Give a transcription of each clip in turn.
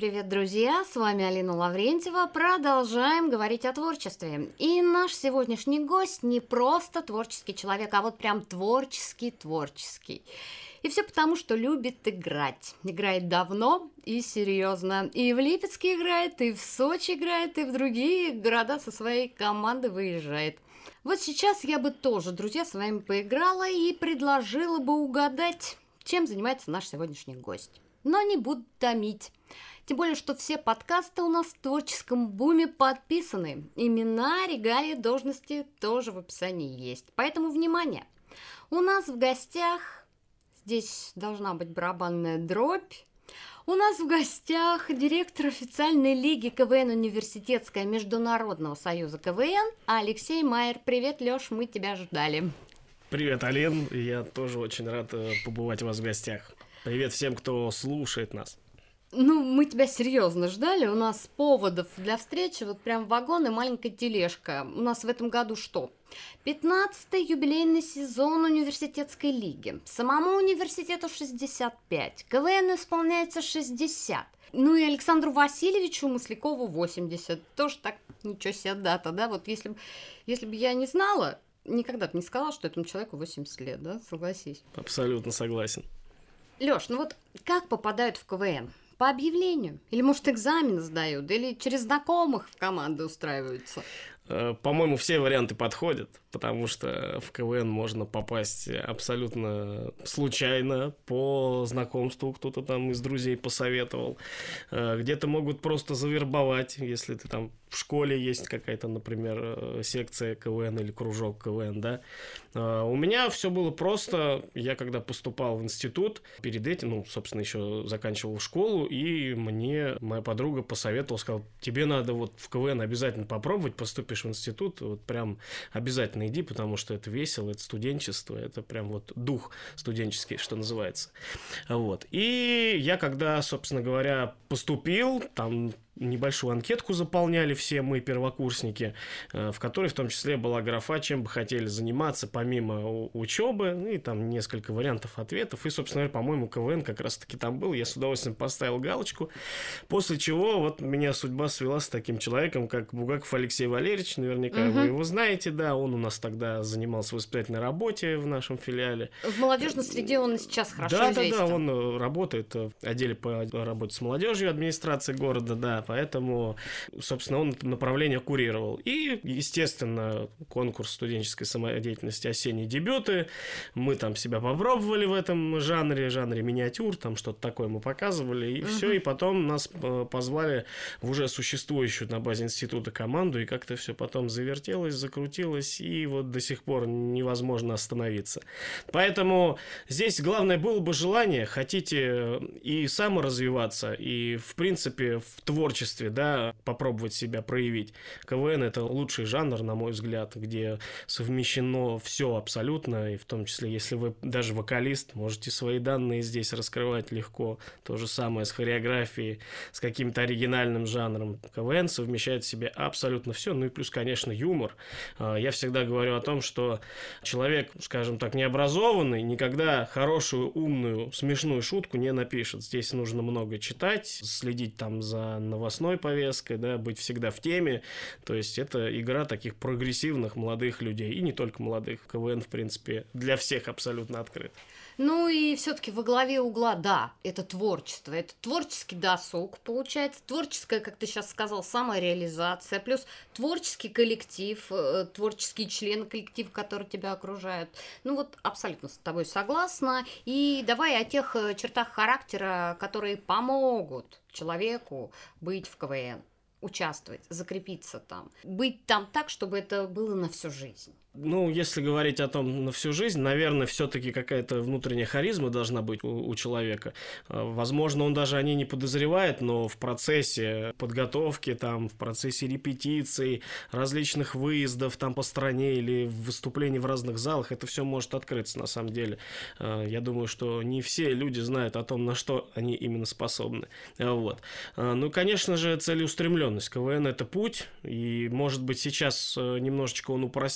привет, друзья! С вами Алина Лаврентьева. Продолжаем говорить о творчестве. И наш сегодняшний гость не просто творческий человек, а вот прям творческий. И все потому, что любит играть. Играет давно и серьезно. И в Липецке играет, и в Сочи играет, и в другие города со своей командой выезжает. Вот сейчас я бы тоже, друзья, с вами поиграла и предложила бы угадать, чем занимается наш сегодняшний гость. Но не буду томить. Тем более, что все подкасты у нас в творческом буме подписаны. Имена, регалии, должности тоже в описании есть. Поэтому внимание! У нас в гостях, здесь должна быть барабанная дробь, у нас в гостях директор официальной лиги КВН Университетская Международного союза КВН Алексей Майер. Привет, Лёш, мы тебя ждали. Привет, Алин, я тоже очень рад побывать у вас в гостях. Привет всем, кто слушает нас. Ну, мы тебя серьезно ждали. У нас поводов для встречи, вот прям вагон и маленькая тележка. У нас в этом году что? 15-й юбилейный сезон университетской лиги. Самому университету 65. КВН исполняется 60. Ну и Александру Васильевичу Маслякову 80. Тоже так, ничего себе дата, да? Вот если бы я не знала, никогда бы не сказала, что этому человеку 80 лет, да? Согласись. Абсолютно согласен. Лёш, ну вот как попадают в КВН? По объявлению? Или, может, экзамены сдают? Или через знакомых в команды устраиваются? По-моему, все варианты подходят, потому что в КВН можно попасть абсолютно случайно, по знакомству, кто-то там из друзей посоветовал. Где-то могут просто завербовать, если ты там в школе есть какая-то, например, секция КВН или кружок КВН, да. У меня все было просто. Я когда поступал в институт, перед этим, собственно, еще заканчивал школу, и мне моя подруга посоветовала, сказала, тебе надо вот в КВН обязательно попробовать, поступишь в институт, вот прям обязательно иди, потому что это весело, это студенчество, это прям вот дух студенческий, что называется. Вот. И я когда, собственно говоря, поступил, там небольшую анкетку заполняли все мы, первокурсники, в которой в том числе была графа, чем бы хотели заниматься помимо учебы, и там несколько вариантов ответов. И, собственно говоря, по-моему, КВН как раз-таки там был. Я с удовольствием поставил галочку. После чего вот меня судьба свела с таким человеком, как Бугаков Алексей Валерьевич. Наверняка вы его знаете, да. Он у нас тогда занимался в воспитательной работе в нашем филиале. В молодежной среде он и сейчас хорошо известен. Да, он работает в отделе по работе с молодежью администрации города, да. Поэтому, собственно, он это направление курировал. И, естественно, конкурс студенческой самодеятельности «Осенние дебюты». Мы там себя попробовали в этом жанре миниатюр, там что-то такое мы показывали. И все, и потом нас позвали в уже существующую на базе института команду, и как-то все потом завертелось, закрутилось, и вот до сих пор невозможно остановиться. Поэтому здесь главное было бы желание, хотите и саморазвиваться, и, в принципе, в творчестве, да, попробовать себя проявить. КВН — это лучший жанр, на мой взгляд, где совмещено все абсолютно, и в том числе, если вы даже вокалист, можете свои данные здесь раскрывать легко. То же самое с хореографией, с каким-то оригинальным жанром. КВН совмещает в себе абсолютно все, ну и плюс, конечно, юмор. Я всегда говорю о том, что человек, скажем так, необразованный никогда хорошую, умную, смешную шутку не напишет. Здесь нужно много читать, следить там за новостной повесткой, да, быть всегда в теме. То есть это игра таких прогрессивных молодых людей. И не только молодых. КВН, в принципе, для всех абсолютно открыт. Ну и все-таки во главе угла, да, это творчество. Это творческий досуг, получается. Творческая, как ты сейчас сказал, самореализация. Плюс творческий коллектив, творческие члены коллектива, которые тебя окружают. Ну вот абсолютно с тобой согласна. И давай о тех чертах характера, которые помогут человеку быть в КВН, участвовать, закрепиться там, быть там так, чтобы это было на всю жизнь. Ну, если говорить о том на всю жизнь, наверное, все-таки какая-то внутренняя харизма должна быть у человека. Возможно, он даже о ней не подозревает, но в процессе подготовки, там, в процессе репетиций, различных выездов там по стране или выступлений в разных залах, это все может открыться на самом деле. Я думаю, что не все люди знают о том, на что они именно способны. Вот. Ну, конечно же, целеустремленность. КВН — это путь, и, может быть, сейчас немножечко он упростился, наверное,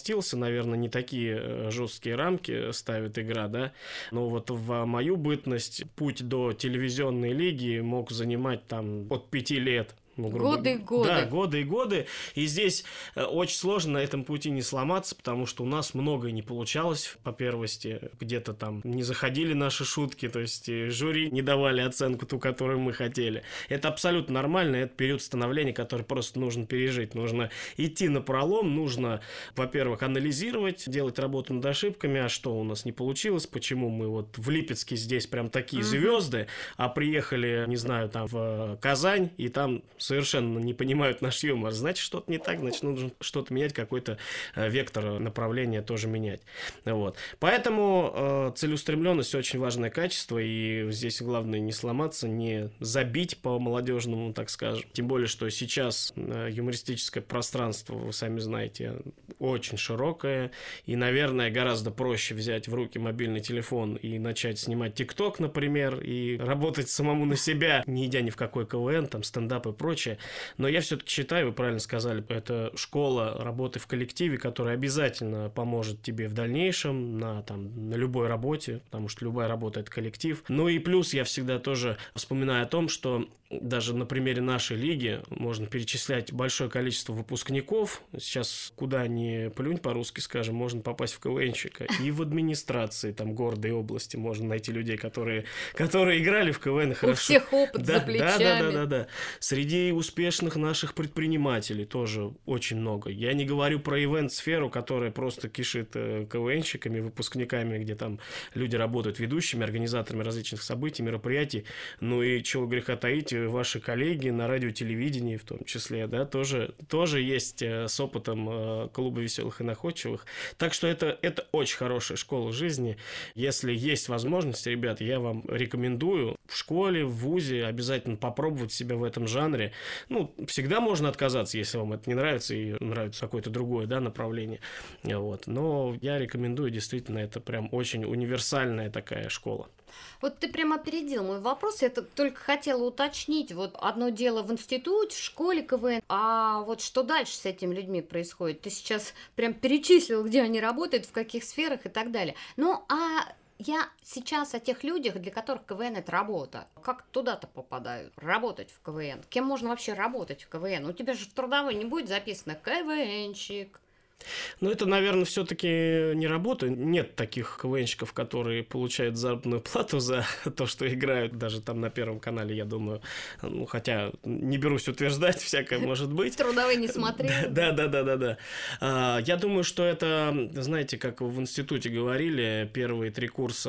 наверное, не такие жесткие рамки ставит игра, да, но вот в мою бытность путь до телевизионной лиги мог занимать там от 5 лет. Годы и годы. Да, годы и годы. И здесь очень сложно на этом пути не сломаться, потому что у нас многое не получалось по первости. Где-то там не заходили наши шутки, то есть жюри не давали оценку ту, которую мы хотели. Это абсолютно нормально, это период становления, который просто нужно пережить. Нужно идти напролом, нужно, во-первых, анализировать, делать работу над ошибками, а что у нас не получилось, почему мы вот в Липецке здесь прям такие звезды, а приехали, не знаю, там в Казань, и там совершенно не понимают наш юмор. Значит, что-то не так, значит, нужно что-то менять, какой-то вектор направления тоже менять. Вот. Поэтому целеустремленность очень важное качество, и здесь главное не сломаться, не забить по-молодежному, так скажем. Тем более, что сейчас юмористическое пространство, вы сами знаете, очень широкое, и, наверное, гораздо проще взять в руки мобильный телефон и начать снимать ТикТок, например, и работать самому на себя, не идя ни в какой КВН, там, стендап и прочее. Но я все-таки считаю, вы правильно сказали, это школа работы в коллективе, которая обязательно поможет тебе в дальнейшем на любой работе, потому что любая работа – это коллектив. Ну и плюс я всегда тоже вспоминаю о том, что даже на примере нашей лиги можно перечислять большое количество выпускников. Сейчас куда ни плюнь, по-русски скажем, можно попасть в КВНщика. И в администрации там города и области можно найти людей, которые играли в КВН хорошо. У всех опыт за плечами. Да. Среди успешных наших предпринимателей тоже очень много. Я не говорю про ивент-сферу, которая просто кишит КВНщиками, выпускниками, где там люди работают ведущими, организаторами различных событий, мероприятий. Ну и чего греха таить, ваши коллеги на радио, телевидении в том числе, да, тоже есть с опытом клуба веселых и находчивых. Так что это очень хорошая школа жизни. Если есть возможность, ребят, я вам рекомендую в школе, в вузе обязательно попробовать себя в этом жанре. Ну, всегда можно отказаться, если вам это не нравится и нравится какое-то другое, да, направление. Вот. Но я рекомендую, действительно, это прям очень универсальная такая школа. Вот ты прям опередил мой вопрос, я только хотела уточнить. Вот одно дело в институте, в школе КВН, а вот что дальше с этими людьми происходит? Ты сейчас прям перечислил, где они работают, в каких сферах и так далее. Ну, а я сейчас о тех людях, для которых КВН – это работа. Как туда-то попадают? Работать в КВН. Кем можно вообще работать в КВН? У тебя же в трудовой не будет записано КВНщик. Но это, наверное, все-таки не работа. Нет таких КВНщиков, которые получают заработную плату за то, что играют даже там на Первом канале, я думаю. Ну, хотя не берусь утверждать, всякое может быть. Трудовые не смотрел. Да. Я думаю, что это, знаете, как в институте говорили, первые 3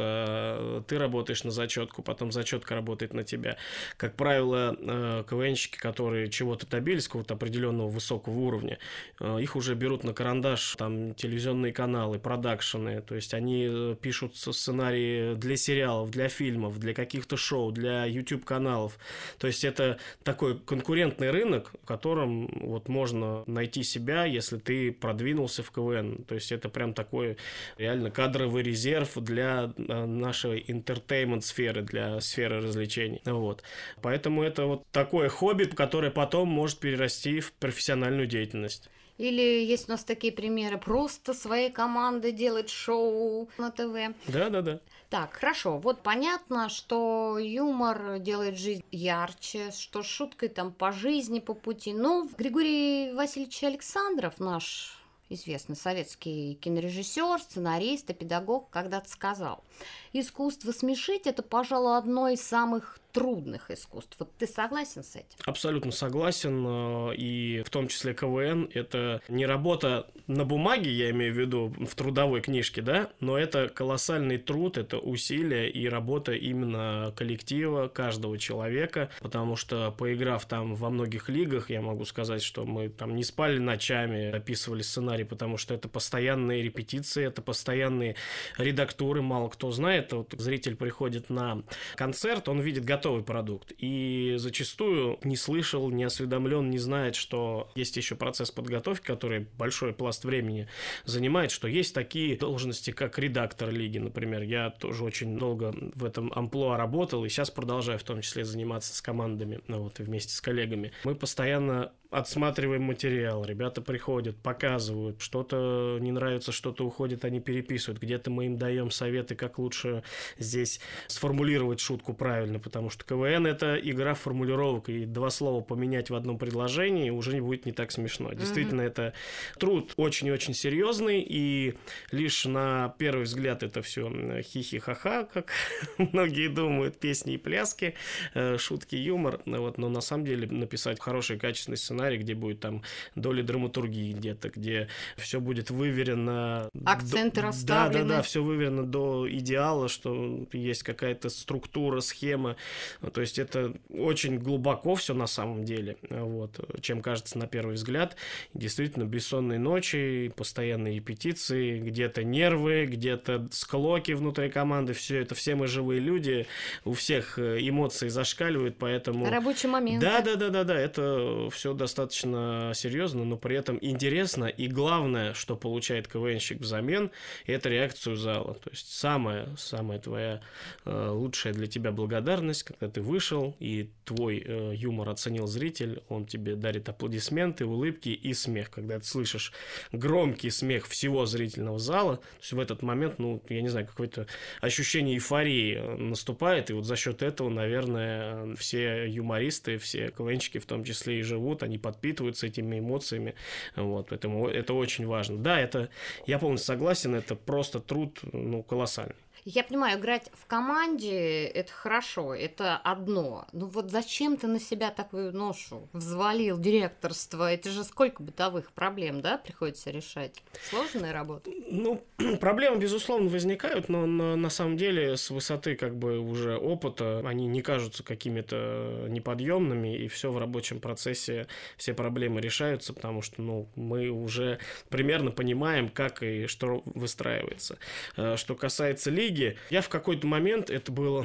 курса ты работаешь на зачетку, потом зачетка работает на тебя. Как правило, КВНщики, которые чего-то добились, какого-то определенного высокого уровня, их уже берут на карандаш, там телевизионные каналы, продакшены, то есть они пишут сценарии для сериалов, для фильмов, для каких-то шоу, для YouTube-каналов. То есть это такой конкурентный рынок, в котором вот можно найти себя, если ты продвинулся в КВН. То есть это прям такой реально кадровый резерв для нашей интертеймент-сферы, для сферы развлечений. Вот. Поэтому это вот такое хобби, которое потом может перерасти в профессиональную деятельность. Или есть у нас такие примеры, просто своей командой делать шоу на ТВ. Да. Так, хорошо, вот понятно, что юмор делает жизнь ярче, что шуткой там по жизни, по пути. Но Григорий Васильевич Александров, наш известный советский кинорежиссер, сценарист и педагог, когда-то сказал: искусство смешить – это, пожалуй, одно из самых трудных искусств. Вот ты согласен с этим? Абсолютно согласен. И в том числе КВН – это не работа на бумаге, я имею в виду в трудовой книжке, да, но это колоссальный труд, это усилия и работа именно коллектива, каждого человека, потому что, поиграв там во многих лигах, я могу сказать, что мы там не спали ночами, описывали сценарий, потому что это постоянные репетиции, это постоянные редактуры, мало кто знает. Вот зритель приходит на концерт, он видит готовый готовый продукт. И зачастую не слышал, не осведомлен, не знает, что есть еще процесс подготовки, который большой пласт времени занимает, что есть такие должности, как редактор лиги, например. Я тоже очень долго в этом амплуа работал, и сейчас продолжаю в том числе заниматься с командами, вот, и вместе с коллегами. Мы постоянно отсматриваем материал, ребята приходят, показывают, что-то не нравится, что-то уходит, они переписывают, где-то мы им даем советы, как лучше здесь сформулировать шутку правильно, потому что КВН — это игра формулировок, и два слова поменять в одном предложении уже не будет не так смешно. Действительно, это труд очень и очень серьезный, и лишь на первый взгляд это все хихи-ха-ха, как многие думают, песни и пляски, шутки, юмор, вот, но на самом деле написать хороший, качественный сценарий, где будет там доля драматургии где-то, где все будет выверено. Акценты расставлены. Да, все выверено до идеала, что есть какая-то структура, схема. То есть это очень глубоко все на самом деле, вот, чем кажется на первый взгляд. Действительно, бессонные ночи, постоянные репетиции, где-то нервы, где-то склоки внутри команды. Все мы живые люди, у всех эмоции зашкаливают, поэтому... Рабочий момент. Да, это все достаточно серьезно, но при этом интересно. И главное, что получает КВНщик взамен, это реакцию зала. То есть самая твоя лучшая для тебя благодарность, когда ты вышел, и твой юмор оценил зритель, он тебе дарит аплодисменты, улыбки и смех. Когда ты слышишь громкий смех всего зрительного зала, то есть в этот момент, я не знаю, какое-то ощущение эйфории наступает, и вот за счет этого, наверное, все юмористы, все КВНщики в том числе и живут, они подпитываются этими эмоциями, вот, поэтому это очень важно. Да, я полностью согласен, это просто труд, колоссальный. Я понимаю, играть в команде – это хорошо, это одно. Но вот зачем ты на себя такую ношу взвалил, директорство? Это же сколько бытовых проблем, да, приходится решать? Сложная работа? Проблемы, безусловно, возникают, но на самом деле с высоты уже опыта они не кажутся какими-то неподъемными, и все в рабочем процессе, все проблемы решаются, потому что мы уже примерно понимаем, как и что выстраивается. Что касается лиги, я в какой-то момент, это было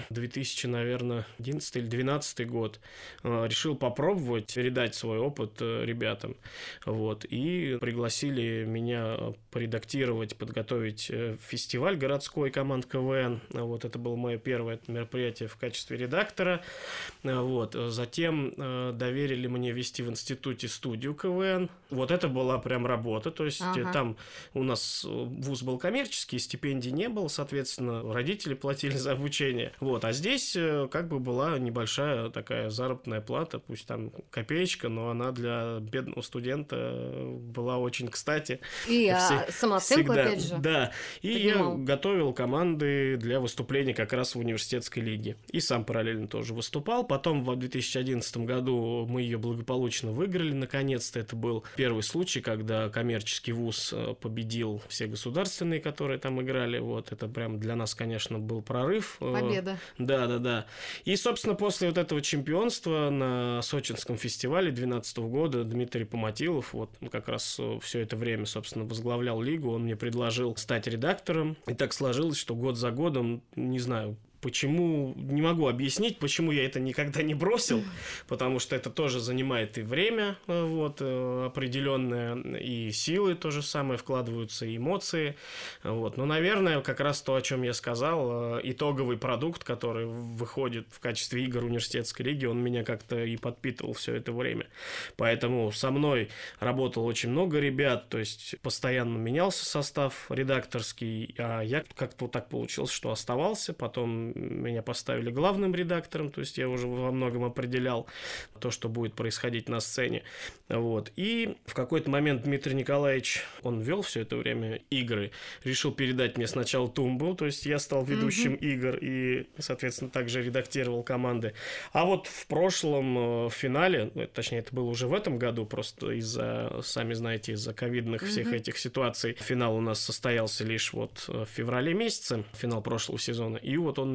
2011 или 2012 год, решил попробовать передать свой опыт ребятам. Вот, и пригласили меня поредактировать, подготовить фестиваль городской команд КВН. Вот, это было мое первое мероприятие в качестве редактора. Вот, затем доверили мне вести в институте студию КВН. Вот это была прям работа, то есть там у нас вуз был коммерческий, стипендий не было, соответственно, родители платили за обучение. Вот, а здесь была небольшая такая заработная плата, пусть там копеечка, но она для бедного студента была очень кстати. И самооценку, опять же. Да, и я готовил команды для выступления как раз в университетской лиге. И сам параллельно тоже выступал. Потом в 2011 году мы ее благополучно выиграли, наконец-то. Это был первый случай, когда коммерческий вуз победил все государственные, которые там играли. Вот, это прям для нас, конечно, был прорыв. Победа. Да. И, собственно, после вот этого чемпионства на Сочинском фестивале 2012 года Дмитрий Поматилов, вот как раз все это время, собственно, возглавлял лигу, он мне предложил стать редактором. И так сложилось, что год за годом, не знаю, почему, не могу объяснить, почему я это никогда не бросил, потому что это тоже занимает и время вот, определенное, и силы то же самое вкладываются, и эмоции. Вот. Но, наверное, как раз то, о чем я сказал, итоговый продукт, который выходит в качестве игр университетской лиги, он меня как-то и подпитывал все это время. Поэтому со мной работало очень много ребят, то есть постоянно менялся состав редакторский, а я как-то так получилось, что оставался, потом меня поставили главным редактором, то есть я уже во многом определял то, что будет происходить на сцене. Вот. И в какой-то момент Дмитрий Николаевич, он вел все это время игры, решил передать мне сначала тумбу, то есть я стал ведущим игр и, соответственно, также редактировал команды. А вот в прошлом финале, точнее, это было уже в этом году, просто из-за, сами знаете, из-за ковидных всех этих ситуаций, финал у нас состоялся лишь вот в феврале месяце, финал прошлого сезона, и вот он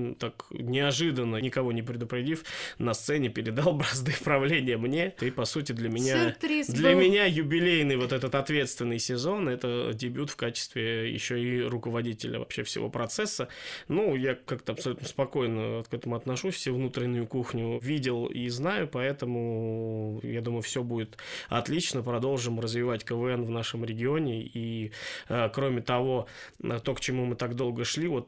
КВН так неожиданно, никого не предупредив, на сцене передал бразды правления мне. И, по сути, для меня юбилейный вот этот ответственный сезон – это дебют в качестве еще и руководителя вообще всего процесса. Ну, я как-то абсолютно спокойно к этому отношусь, всю внутреннюю кухню видел и знаю, поэтому, я думаю, все будет отлично. Продолжим развивать КВН в нашем регионе. И, кроме того, то, к чему мы так долго шли, вот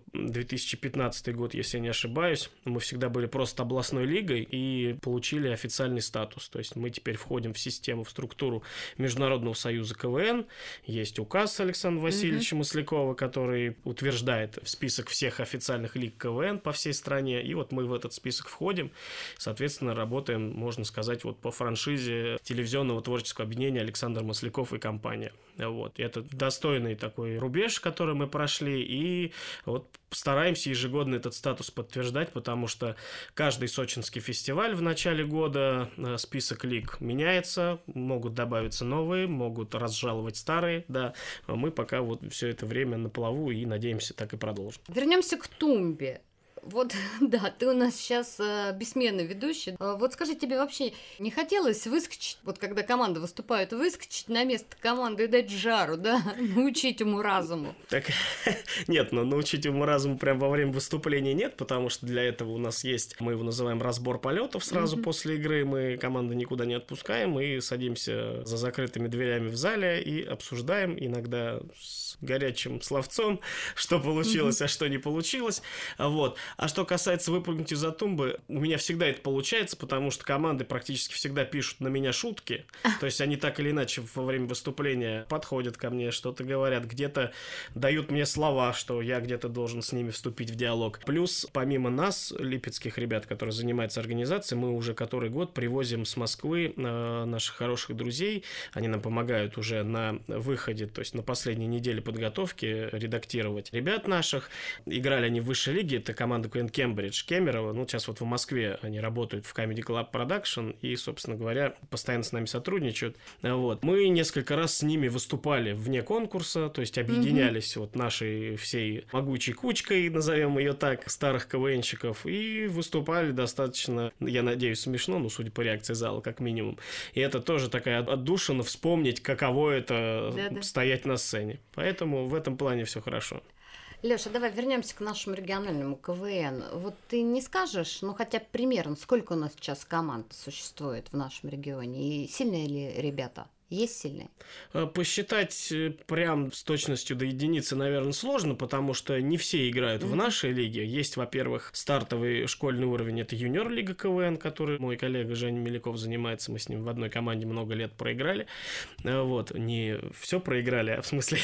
2015 год, если я не ошибаюсь, мы всегда были просто областной лигой и получили официальный статус. То есть мы теперь входим в систему, в структуру Международного союза КВН. Есть указ Александра Васильевича Маслякова, который утверждает список всех официальных лиг КВН по всей стране. И вот мы в этот список входим. Соответственно, работаем, можно сказать, вот по франшизе телевизионного творческого объединения Александр Масляков и компания. Вот. И это достойный такой рубеж, который мы прошли. И вот стараемся ежегодно этот статус подтверждать, потому что каждый сочинский фестиваль в начале года список лиг меняется, могут добавиться новые, могут разжаловать старые, да. Мы пока вот все это время на плаву и надеемся так и продолжим. Вернемся к тумбе. Вот, да, ты у нас сейчас бессменный ведущий. Вот скажи, тебе вообще не хотелось выскочить, вот когда команда выступает, выскочить на место команды и дать жару, да, научить уму-разуму? Так, нет, но научить уму-разуму прямо во время выступления нет, потому что для этого у нас есть, мы его называем разбор полетов сразу после игры, мы команду никуда не отпускаем и садимся за закрытыми дверями в зале и обсуждаем, иногда с горячим словцом, что получилось, а что не получилось, вот. А что касается выпрыгнуть из-за тумбы, у меня всегда это получается, потому что команды практически всегда пишут на меня шутки. То есть они так или иначе во время выступления подходят ко мне, что-то говорят, где-то дают мне слова, что я где-то должен с ними вступить в диалог. Плюс, помимо нас, липецких ребят, которые занимаются организацией, мы уже который год привозим с Москвы наших хороших друзей. Они нам помогают уже на выходе, то есть на последней неделе подготовки редактировать ребят наших. Играли они в высшей лиге, это команда КВН Кембридж, Кемерово. Ну, сейчас вот в Москве они работают в Comedy Club Production и, собственно говоря, постоянно с нами сотрудничают. Вот. Мы несколько раз с ними выступали вне конкурса, то есть объединялись вот нашей всей могучей кучкой, назовем ее так, старых КВНщиков, и выступали достаточно, я надеюсь, смешно, ну, судя по реакции зала, как минимум. И это тоже такая отдушина вспомнить, каково это стоять на сцене. Поэтому в этом плане все хорошо. Лёша, давай вернемся к нашему региональному КВН. Вот ты не скажешь, ну хотя бы примерно, сколько у нас сейчас команд существует в нашем регионе? И сильные ли ребята? Есть сильные? Посчитать прям с точностью до единицы, наверное, сложно, потому что не все играют в нашей лиге. Есть, во-первых, стартовый школьный уровень, это юниор-лига КВН, который мой коллега Женя Меляков занимается, мы с ним в одной команде много лет проиграли. Вот, не все проиграли, а в смысле...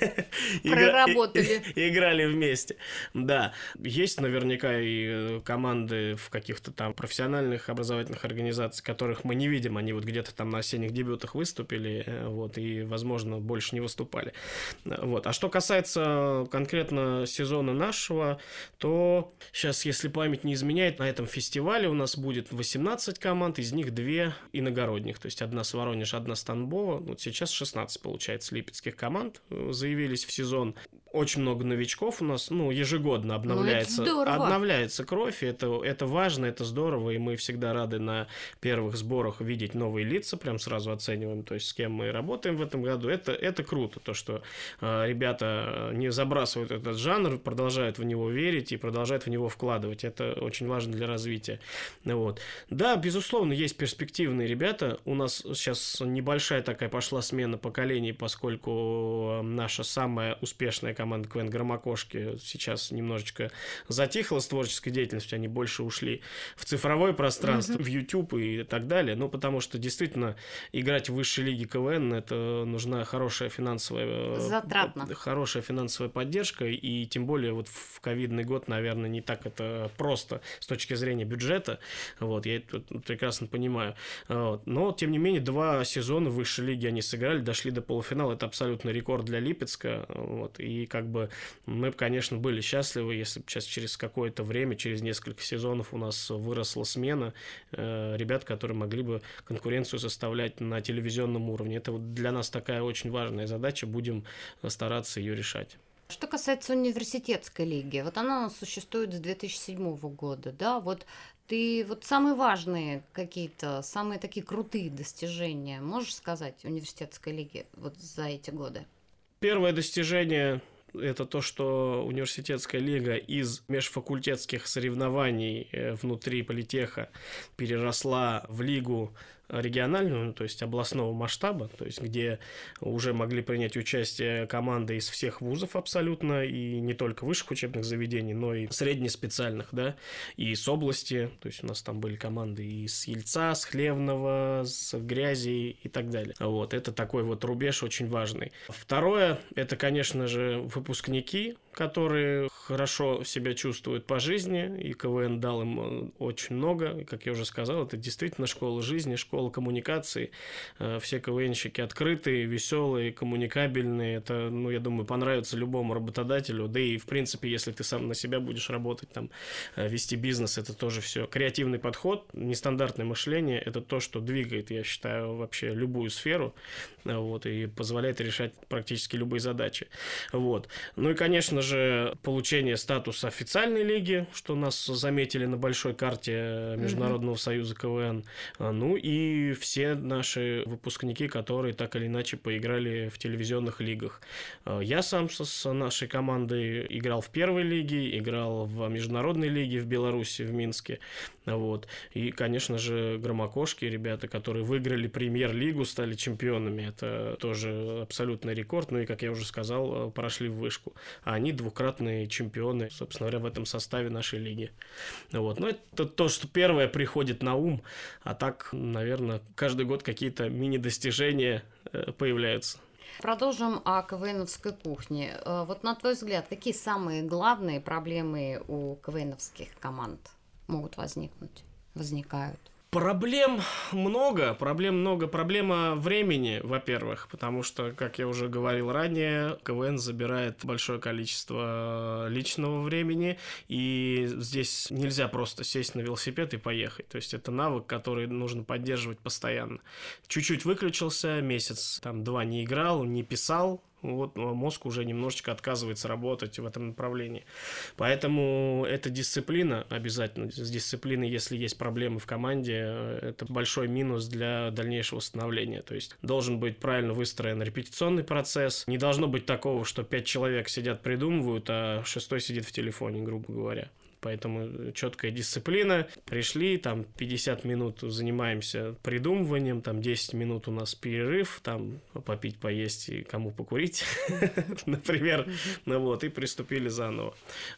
Проработали. Играли вместе. Да, есть наверняка и команды в каких-то там профессиональных образовательных организациях, которых мы не видим, они вот где-то там на осенних дебютах выступили, вот, и, возможно, больше не выступали. Вот. А что касается конкретно сезона нашего, то сейчас, если память не изменяет, на этом фестивале у нас будет 18 команд, из них 2 иногородних, то есть одна с Воронежа, одна с Тамбова. Вот сейчас 16, получается, липецких команд заявились в сезон. Очень много новичков у нас, ну, ежегодно обновляется кровь, это важно, это здорово, и мы всегда рады на первых сборах видеть новые лица, прям сразу оцениваем, то есть с кем мы работаем в этом году. Это круто, то, что ребята не забрасывают этот жанр, продолжают в него верить и продолжают в него вкладывать. Это очень важно для развития. Вот. Да, безусловно, есть перспективные ребята. У нас сейчас небольшая такая пошла смена поколений, поскольку наша самая успешная команда КВН «Громокошки» сейчас немножечко затихла с творческой деятельностью, они больше ушли в цифровое пространство, в YouTube и так далее, ну, потому что действительно играть в высшей лиге КВН, это нужна хорошая финансовая поддержка, и тем более вот в ковидный год, наверное, не так это просто с точки зрения бюджета, вот, я это прекрасно понимаю, вот. Но, тем не менее, 2 сезона в высшей лиге они сыграли, дошли до полуфинала, это абсолютно рекорд для Липецка, вот, и как бы мы, конечно, были счастливы, если бы сейчас через какое-то время, через несколько сезонов у нас выросла смена ребят, которые могли бы конкуренцию составлять на телевизионном уровне. Это вот для нас такая очень важная задача, будем стараться ее решать. Что касается университетской лиги, вот она существует с 2007 года, да, вот ты вот самые важные какие-то, самые такие крутые достижения можешь сказать университетской лиги вот за эти годы? Первое достижение – это то, что университетская лига из межфакультетских соревнований внутри политеха переросла в лигу региональную, то есть областного масштаба, то есть где уже могли принять участие команды из всех вузов абсолютно, и не только высших учебных заведений, но и среднеспециальных, да, и с области, то есть у нас там были команды и с Ельца, с Хлевного, с Грязи и так далее. Вот, это такой вот рубеж очень важный. Второе, это, конечно же, выпускники, которые хорошо себя чувствуют по жизни, и КВН дал им очень много. И, как я уже сказал, это действительно школа жизни, школа коммуникации. Все КВНщики открытые, веселые, коммуникабельные. Это, ну, я думаю, понравится любому работодателю. Да и, в принципе, если ты сам на себя будешь работать, там, вести бизнес, это тоже все. Креативный подход, нестандартное мышление – это то, что двигает, я считаю, вообще любую сферу, вот, и позволяет решать практически любые задачи. Вот. Ну и, конечно же, получение статуса официальной лиги, что нас заметили на большой карте Международного союза КВН. Ну и все наши выпускники, которые так или иначе поиграли в телевизионных лигах. Я сам с нашей командой играл в первой лиге, играл в международной лиге в Беларуси, в Минске. Вот. И, конечно же, громокошки, ребята, которые выиграли премьер-лигу, стали чемпионами. Это тоже абсолютный рекорд. Ну и, как я уже сказал, прошли в вышку. А они двукратные чемпионы, собственно говоря, в этом составе нашей лиги. Вот. Но это то, что первое приходит на ум. А так, наверное, каждый год какие-то мини-достижения появляются. Продолжим о КВНовской кухне. Вот на твой взгляд, какие самые главные проблемы у КВНовских команд могут возникают? Проблем много. Проблема времени, во-первых, потому что, как я уже говорил ранее, КВН забирает большое количество личного времени, и здесь нельзя просто сесть на велосипед и поехать. То есть это навык, который нужно поддерживать постоянно. Чуть-чуть выключился, месяц, там, 2 не играл, не писал, вот мозг уже немножечко отказывается работать в этом направлении. Поэтому эта дисциплина обязательно. С дисциплиной, если есть проблемы в команде, это большой минус для дальнейшего становления. То есть должен быть правильно выстроен репетиционный процесс. Не должно быть такого, что 5 человек сидят, придумывают, а 6 сидит в телефоне, грубо говоря. Поэтому четкая дисциплина. Пришли, там 50 минут занимаемся придумыванием, там 10 минут у нас перерыв, там попить, поесть и кому покурить, например. Ну вот, и приступили заново.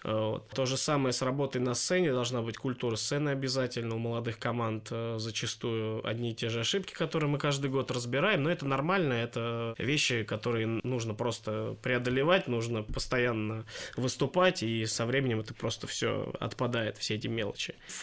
То же самое с работой на сцене. Должна быть культура сцены обязательно. У молодых команд зачастую одни и те же ошибки, которые мы каждый год разбираем. Но это нормально, это вещи, которые нужно просто преодолевать, нужно постоянно выступать, и со временем это просто все отпадает, все эти мелочи. В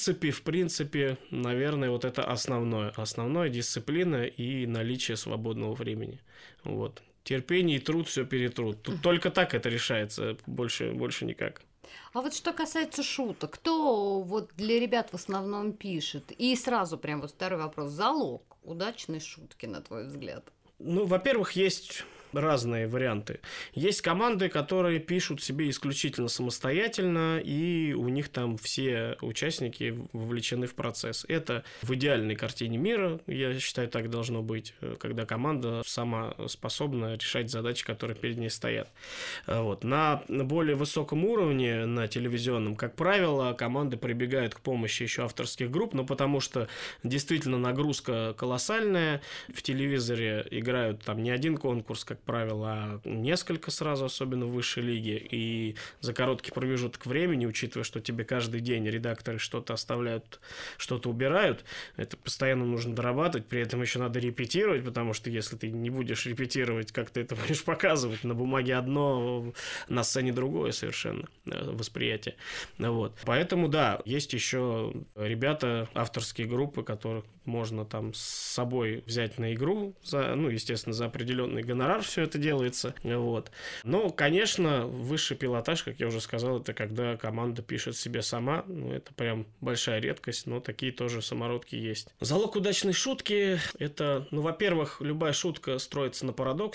принципе, наверное, вот это основное. Основное — дисциплина и наличие свободного времени. Вот. Терпение и труд все перетрут. Тут только так это решается, больше никак. А вот что касается шуток, кто вот для ребят в основном пишет? И сразу прям вот второй вопрос. Залог удачной шутки, на твой взгляд? Ну, во-первых, есть разные варианты. Есть команды, которые пишут себе исключительно самостоятельно, и у них там все участники вовлечены в процесс. Это в идеальной картине мира, я считаю, так должно быть, когда команда сама способна решать задачи, которые перед ней стоят. Вот. На более высоком уровне, на телевизионном, как правило, команды прибегают к помощи еще авторских групп, но потому что действительно нагрузка колоссальная. В телевизоре играют там не один конкурс, как правило, а несколько сразу, особенно в высшей лиге, и за короткий промежуток времени, учитывая, что тебе каждый день редакторы что-то оставляют, что-то убирают, это постоянно нужно дорабатывать, при этом еще надо репетировать, потому что если ты не будешь репетировать, как ты это будешь показывать, на бумаге одно, на сцене другое совершенно восприятие. Вот. Поэтому, да, есть еще ребята, авторские группы, которых можно там с собой взять на игру, естественно, за определенный гонорар все это делается. Вот. Но, конечно, высший пилотаж, как я уже сказал, это когда команда пишет себе сама. Это прям большая редкость, но такие тоже самородки есть. Залог удачной шутки – это, во-первых, любая шутка строится на парадоксе.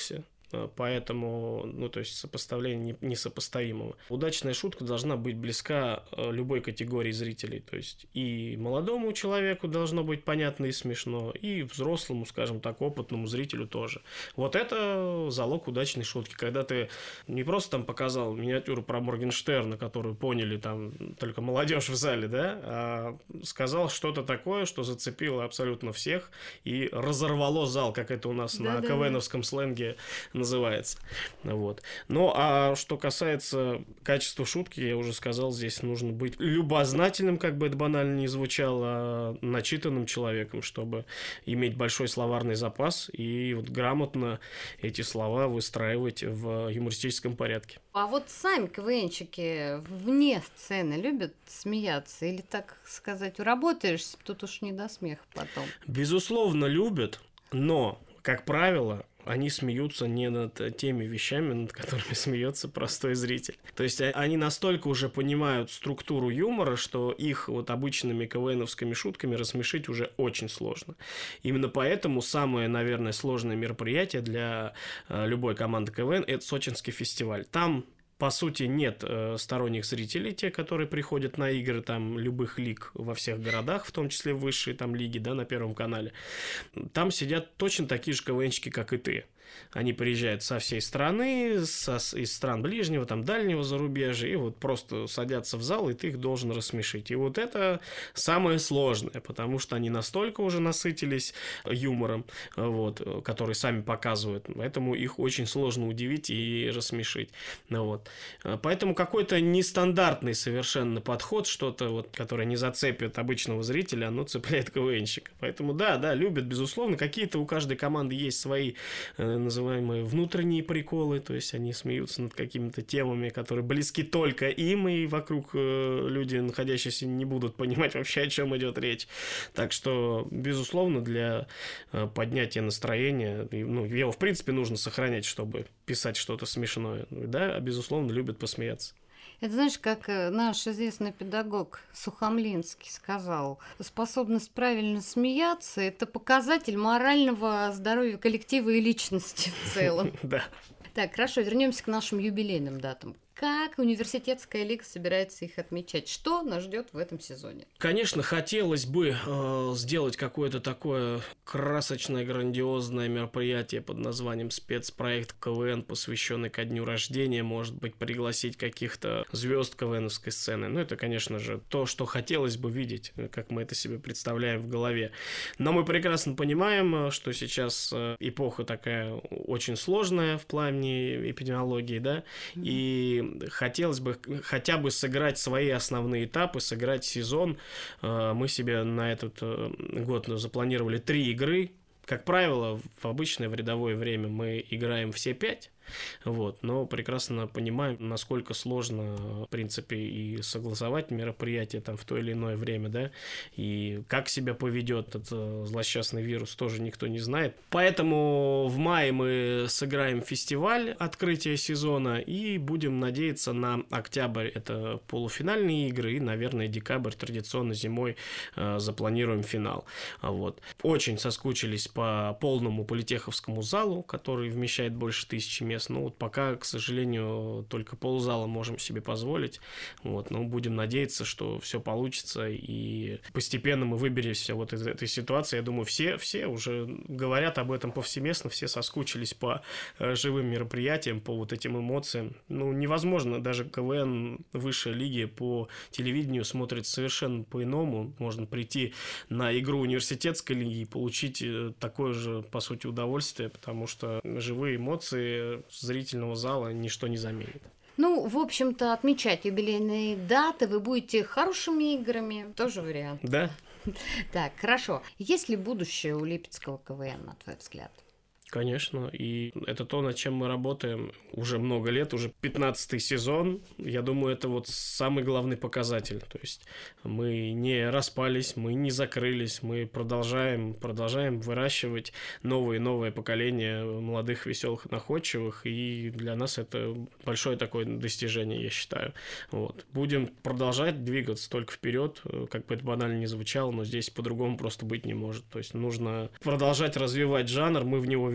Поэтому, то есть сопоставление несопоставимого. Удачная шутка должна быть близка любой категории зрителей. То есть и молодому человеку должно быть понятно и смешно, и взрослому, скажем так, опытному зрителю тоже. Вот это залог удачной шутки. Когда ты не просто там показал миниатюру про Моргенштерна, которую поняли там только молодежь в зале, да, а сказал что-то такое, что зацепило абсолютно всех и разорвало зал, как это у нас на КВНовском сленге называется. Вот. Ну, а что касается качества шутки, я уже сказал, здесь нужно быть любознательным, как бы это банально ни звучало, начитанным человеком, чтобы иметь большой словарный запас и вот грамотно эти слова выстраивать в юмористическом порядке. А вот сами КВНщики вне сцены любят смеяться? Или, так сказать, уработаешься, тут уж не до смеха потом? Безусловно, любят, но, как правило, они смеются не над теми вещами, над которыми смеется простой зритель. То есть они настолько уже понимают структуру юмора, что их вот обычными КВНовскими шутками рассмешить уже очень сложно. Именно поэтому самое, наверное, сложное мероприятие для любой команды КВН – это Сочинский фестиваль. Там, по сути, нет сторонних зрителей, те, которые приходят на игры там любых лиг во всех городах, в том числе высшие там лиги, да, на Первом канале. Там сидят точно такие же КВНщики, как и ты. Они приезжают со всей страны, из стран ближнего, там, дальнего зарубежья, и вот просто садятся в зал, и ты их должен рассмешить. И вот это самое сложное, потому что они настолько уже насытились юмором, вот, который сами показывают, поэтому их очень сложно удивить и рассмешить. Вот. Поэтому какой-то нестандартный совершенно подход, что-то, вот, которое не зацепит обычного зрителя, оно цепляет КВНщика. Поэтому да, любят, безусловно, какие-то у каждой команды есть свои называемые внутренние приколы, то есть они смеются над какими-то темами, которые близки только им, и вокруг люди, находящиеся, не будут понимать вообще, о чем идет речь. Так что, безусловно, для поднятия настроения, его, в принципе, нужно сохранять, чтобы писать что-то смешное. Да, безусловно, любят посмеяться. Это, знаешь, как наш известный педагог Сухомлинский сказал, способность правильно смеяться – это показатель морального здоровья коллектива и личности в целом. Да. Так, хорошо, вернемся к нашим юбилейным датам. Как университетская лига собирается их отмечать? Что нас ждет в этом сезоне? Конечно, хотелось бы сделать какое-то такое красочное, грандиозное мероприятие под названием спецпроект КВН, посвященный ко дню рождения, может быть, пригласить каких-то звезд КВНовской сцены. Ну, это, конечно же, то, что хотелось бы видеть, как мы это себе представляем в голове. Но мы прекрасно понимаем, что сейчас эпоха такая очень сложная в плане эпидемиологии, да, и хотелось бы хотя бы сыграть свои основные этапы, сыграть сезон. Мы себе на этот год запланировали 3 игры. Как правило, в обычное, в рядовое время мы играем все 5. Вот, но прекрасно понимаем, насколько сложно, в принципе, и согласовать мероприятие там в то или иное время, да, и как себя поведет этот злосчастный вирус, тоже никто не знает. Поэтому в мае мы сыграем фестиваль открытия сезона и будем надеяться на октябрь, это полуфинальные игры, и, наверное, декабрь традиционно зимой запланируем финал. Вот. Очень соскучились по полному политеховскому залу, который вмещает больше 1000 мест. Ну, вот пока, к сожалению, только ползала можем себе позволить. Вот, но будем надеяться, что все получится, и постепенно мы выберемся вот из этой ситуации. Я думаю, все уже говорят об этом повсеместно, все соскучились по живым мероприятиям, по вот этим эмоциям. Ну, невозможно, даже КВН высшей лиги по телевидению смотрит совершенно по-иному. Можно прийти на игру университетской лиги и получить такое же, по сути, удовольствие, потому что живые эмоции зрительного зала ничто не заменит. Ну, в общем-то, отмечать юбилейные даты вы будете хорошими играми. Тоже вариант. Да. Так, хорошо. Есть ли будущее у Липецкого КВН, на твой взгляд? Конечно, и это то, над чем мы работаем уже много лет, уже 15-й сезон. Я думаю, это вот самый главный показатель. То есть мы не распались, мы не закрылись, мы продолжаем выращивать новые и новые поколения молодых, веселых, находчивых, и для нас это большое такое достижение, я считаю. Вот. Будем продолжать двигаться только вперед, как бы это банально ни звучало, но здесь по-другому просто быть не может. То есть нужно продолжать развивать жанр, мы в него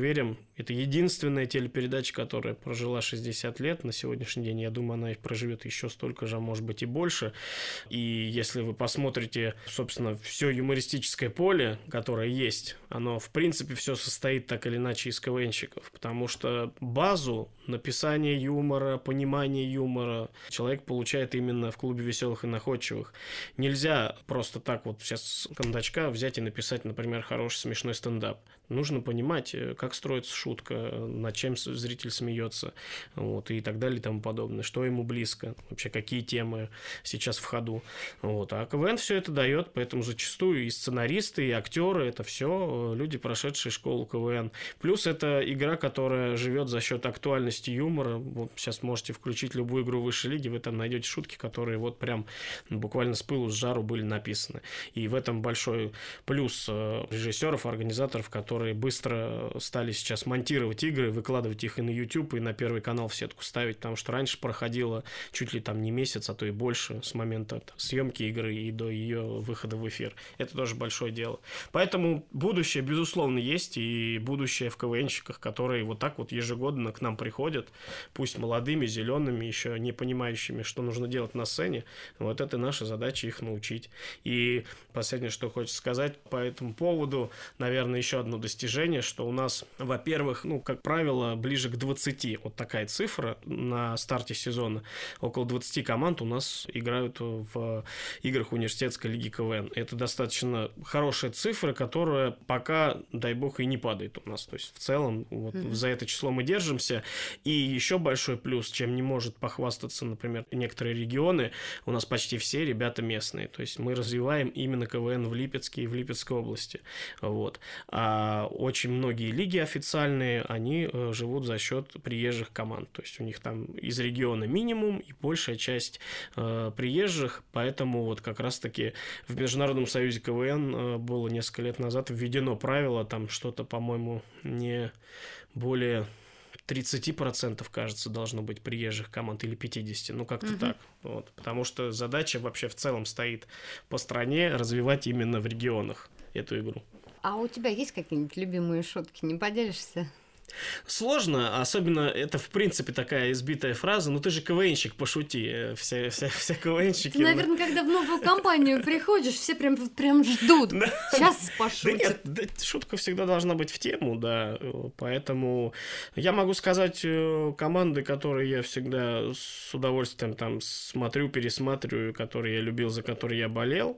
верим. Это единственная телепередача, которая прожила 60 лет на сегодняшний день. Я думаю, она проживет еще столько же, а может быть и больше. И если вы посмотрите, собственно, все юмористическое поле, которое есть, оно, в принципе, все состоит так или иначе из КВНщиков. Потому что базу написания юмора, понимания юмора человек получает именно в клубе веселых и находчивых. Нельзя просто так вот сейчас с кондачка взять и написать, например, хороший смешной стендап. Нужно понимать, как строится шутка, над чем зритель смеется, вот, и так далее и тому подобное, что ему близко, вообще какие темы сейчас в ходу. Вот. А КВН все это дает, поэтому зачастую и сценаристы, и актеры, это все люди, прошедшие школу КВН. Плюс это игра, которая живет за счет актуальности юмора. Вот сейчас можете включить любую игру высшей лиги, вы там найдете шутки, которые вот прям буквально с пылу, с жару были написаны. И в этом большой плюс режиссеров, организаторов, которые быстро стали сейчас монтировать игры, выкладывать их и на YouTube, и на Первый канал в сетку ставить, потому что раньше проходило чуть ли там не месяц, а то и больше с момента съемки игры и до ее выхода в эфир. Это тоже большое дело. Поэтому будущее, безусловно, есть, и будущее в КВНщиках, которые вот так вот ежегодно к нам приходят, пусть молодыми, зелеными, еще не понимающими, что нужно делать на сцене. Вот это наша задача их научить. И последнее, что хочется сказать по этому поводу, наверное, еще одно достижение, что у нас, во-первых, как правило, ближе к 20, вот такая цифра на старте сезона, около 20 команд у нас играют в играх университетской лиги КВН. Это достаточно хорошая цифра, которая пока, дай бог, и не падает у нас. То есть в целом вот за это число мы держимся. И еще большой плюс, чем не может похвастаться, например, некоторые регионы, у нас почти все ребята местные. То есть мы развиваем именно КВН в Липецке и в Липецкой области. Вот. А очень многие лиги официальные, они живут за счет приезжих команд. То есть у них там из региона минимум и большая часть приезжих. Поэтому вот как раз-таки в Международном союзе КВН было несколько лет назад введено правило, там что-то, по-моему, не более 30%, кажется, должно быть приезжих команд, или 50%, как-то так. Вот. Потому что задача вообще в целом стоит по стране развивать именно в регионах эту игру. А у тебя есть какие-нибудь любимые шутки? Не поделишься? Сложно, особенно это, в принципе, такая избитая фраза. Ты же КВНщик, пошути. Все КВНщики... Ты, наверное, когда в новую компанию приходишь, все прям ждут. Сейчас пошутят. Да нет, шутка всегда должна быть в тему, да. Поэтому я могу сказать команды, которые я всегда с удовольствием там смотрю, пересматриваю, которые я любил, за которые я болел.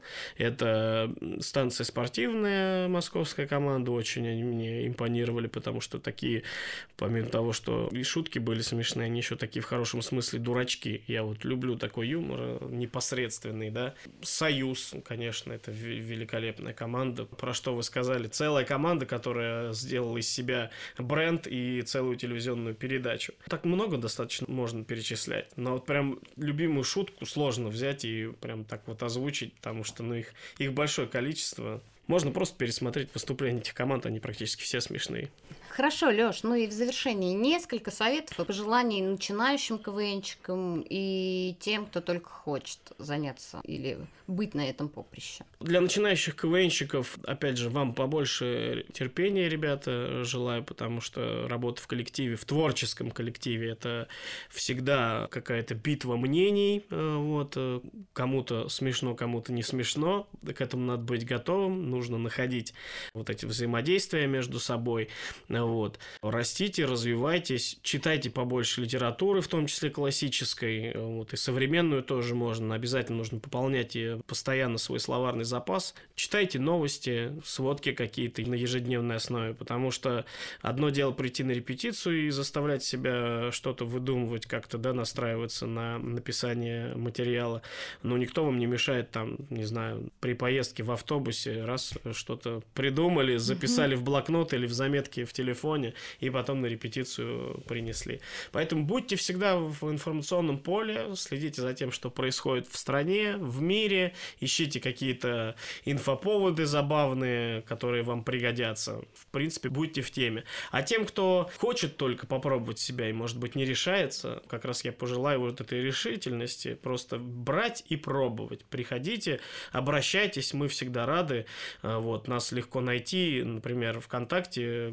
Это станция спортивная, московская команда. Очень они мне импонировали, потому что такие, помимо того, что и шутки были смешные, они еще такие в хорошем смысле дурачки. Я вот люблю такой юмор непосредственный, да. Союз, конечно, это великолепная команда. Про что вы сказали? Целая команда, которая сделала из себя бренд и целую телевизионную передачу. Так много достаточно можно перечислять. Но вот прям любимую шутку сложно взять и прям так вот озвучить, потому что их большое количество. Можно просто пересмотреть выступления этих команд, они практически все смешные. Хорошо, Лёш, и в завершении несколько советов и пожеланий начинающим КВНщикам и тем, кто только хочет заняться или быть на этом поприще. Для начинающих КВНщиков, опять же, вам побольше терпения, ребята, желаю, потому что работа в коллективе, в творческом коллективе, это всегда какая-то битва мнений. Вот. Кому-то смешно, кому-то не смешно. К этому надо быть готовым. Нужно находить вот эти взаимодействия между собой. Вот. Растите, развивайтесь, читайте побольше литературы, в том числе классической, вот, и современную тоже можно. Обязательно нужно пополнять постоянно свой словарный запас. Читайте новости, сводки какие-то на ежедневной основе, потому что одно дело прийти на репетицию и заставлять себя что-то выдумывать, как-то, да, настраиваться на написание материала, но никто вам не мешает там, не знаю, при поездке в автобусе раз что-то придумали, записали в блокнот или в заметки в телефоне и потом на репетицию принесли. Поэтому будьте всегда в информационном поле, следите за тем, что происходит в стране, в мире, ищите какие-то инфоповоды забавные, которые вам пригодятся. В принципе, будьте в теме. А тем, кто хочет только попробовать себя и, может быть, не решается, как раз я пожелаю вот этой решительности, просто брать и пробовать. Приходите, обращайтесь, мы всегда рады. Вот, нас легко найти, например, ВКонтакте, группа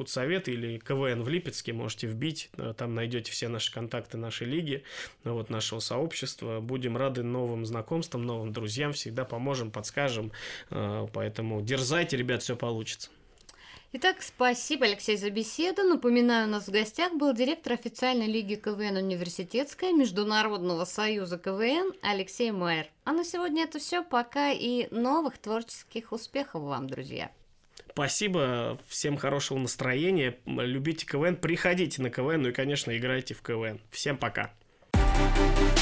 худсовет или КВН в Липецке, можете вбить, там найдете все наши контакты нашей лиги, вот, нашего сообщества. Будем рады новым знакомствам, новым друзьям, всегда поможем, подскажем, поэтому дерзайте, ребят, все получится. Итак, спасибо, Алексей, за беседу. Напоминаю, у нас в гостях был директор официальной лиги КВН «Университетская» Международного союза КВН Алексей Майер. А на сегодня это все. Пока и новых творческих успехов вам, друзья. Спасибо, всем хорошего настроения, любите КВН, приходите на КВН, ну и, конечно, играйте в КВН. Всем пока.